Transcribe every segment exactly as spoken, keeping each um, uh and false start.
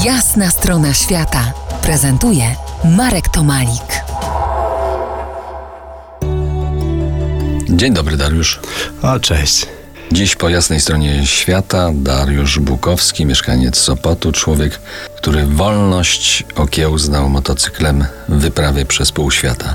Jasna strona świata prezentuje Marek Tomalik. Dzień dobry, Dariusz. O, cześć. Dziś po jasnej stronie świata Dariusz Bukowski, mieszkaniec Sopotu, człowiek, który wolność okiełznał motocyklem w wyprawie przez pół świata.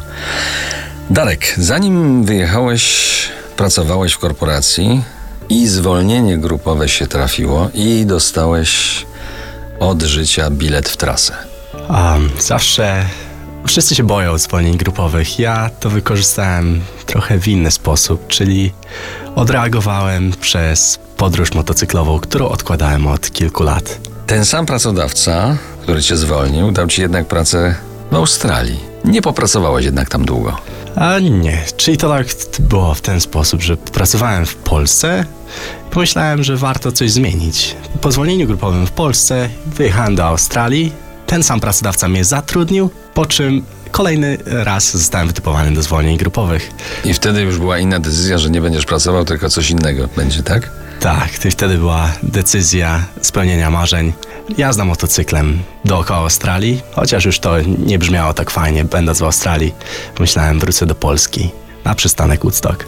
Darek, zanim wyjechałeś, pracowałeś w korporacji i zwolnienie grupowe się trafiło i dostałeś od życia bilet w trasę. Um, zawsze wszyscy się boją zwolnień grupowych. Ja to wykorzystałem trochę w inny sposób, czyli odreagowałem przez podróż motocyklową, którą odkładałem od kilku lat. Ten sam pracodawca, który cię zwolnił, dał ci jednak pracę w Australii. Nie popracowałeś jednak tam długo. A nie, czyli to tak było w ten sposób, że pracowałem w Polsce i pomyślałem, że warto coś zmienić. Po zwolnieniu grupowym w Polsce wyjechałem do Australii, ten sam pracodawca mnie zatrudnił, po czym kolejny raz zostałem wytypowany do zwolnień grupowych. I wtedy już była inna decyzja, że nie będziesz pracował, tylko coś innego będzie, tak? Tak, i wtedy była decyzja spełnienia marzeń. Jazda motocyklem dookoła Australii, chociaż już to nie brzmiało tak fajnie, będąc w Australii. Myślałem, wrócę do Polski, na przystanek Woodstock.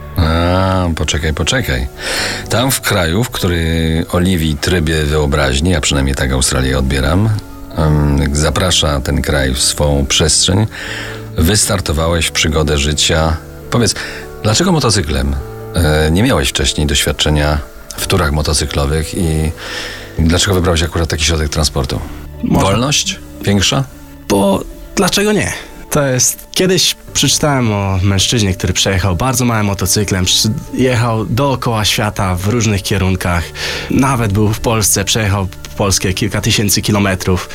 A, poczekaj, poczekaj. Tam w kraju, w który Oliwii trybie wyobraźni, a przynajmniej tak Australię odbieram, um, zaprasza ten kraj w swą przestrzeń, wystartowałeś w przygodę życia. Powiedz, dlaczego motocyklem? E, nie miałeś wcześniej doświadczenia w turach motocyklowych i dlaczego wybrałeś akurat taki środek transportu? Może... Wolność większa? Bo dlaczego nie? To jest... Kiedyś przeczytałem o mężczyźnie, który przejechał bardzo małym motocyklem, jechał dookoła świata w różnych kierunkach, nawet był w Polsce, przejechał Polskę kilka tysięcy kilometrów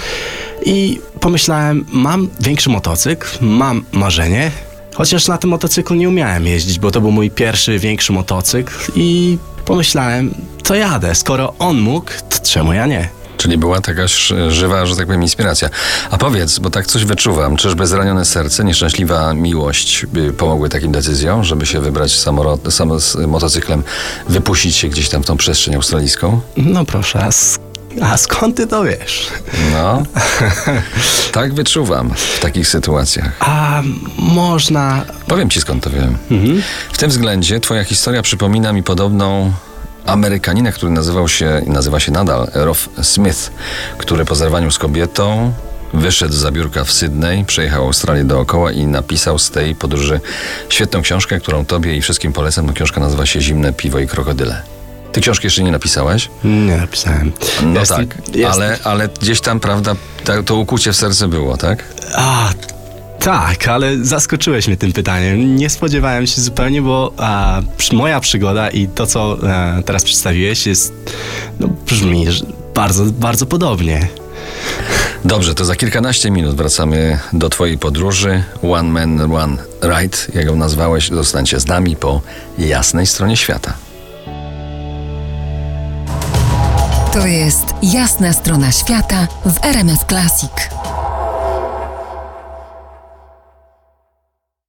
i pomyślałem, mam większy motocykl, mam marzenie, chociaż na tym motocyklu nie umiałem jeździć, bo to był mój pierwszy, większy motocykl i pomyślałem, to jadę, skoro on mógł, to czemu ja nie? Czyli była taka żywa, że tak powiem, inspiracja. A powiedz, bo tak coś wyczuwam, czyżby zranione serce, nieszczęśliwa miłość by pomogły takim decyzjom, żeby się wybrać samoro- sam z motocyklem, wypuścić się gdzieś tam w tą przestrzeń australijską? No proszę, a, sk- a skąd ty to wiesz? No, tak wyczuwam w takich sytuacjach. A można... Powiem ci, skąd to wiem. Mhm. W tym względzie twoja historia przypomina mi podobną Amerykanina, który nazywał się i nazywa się nadal Rolf Smith, który po zerwaniu z kobietą wyszedł z biurka w Sydney, przejechał Australię dookoła i napisał z tej podróży świetną książkę, którą tobie i wszystkim polecam. No, książka nazywa się Zimne piwo i krokodyle. Ty książki jeszcze nie napisałeś? Nie napisałem. No Jestem, tak, jestem. ale, ale gdzieś tam, prawda, to, to ukucie w serce było, tak? A, tak, ale zaskoczyłeś mnie tym pytaniem. Nie spodziewałem się zupełnie, bo a, przy, moja przygoda i to, co a, teraz przedstawiłeś, jest, no, brzmi bardzo, bardzo podobnie. Dobrze, to za kilkanaście minut wracamy do twojej podróży. One Man, One Ride, jak ją nazwałeś. Zostańcie z nami po jasnej stronie świata. To jest Jasna strona świata w R M F Classic.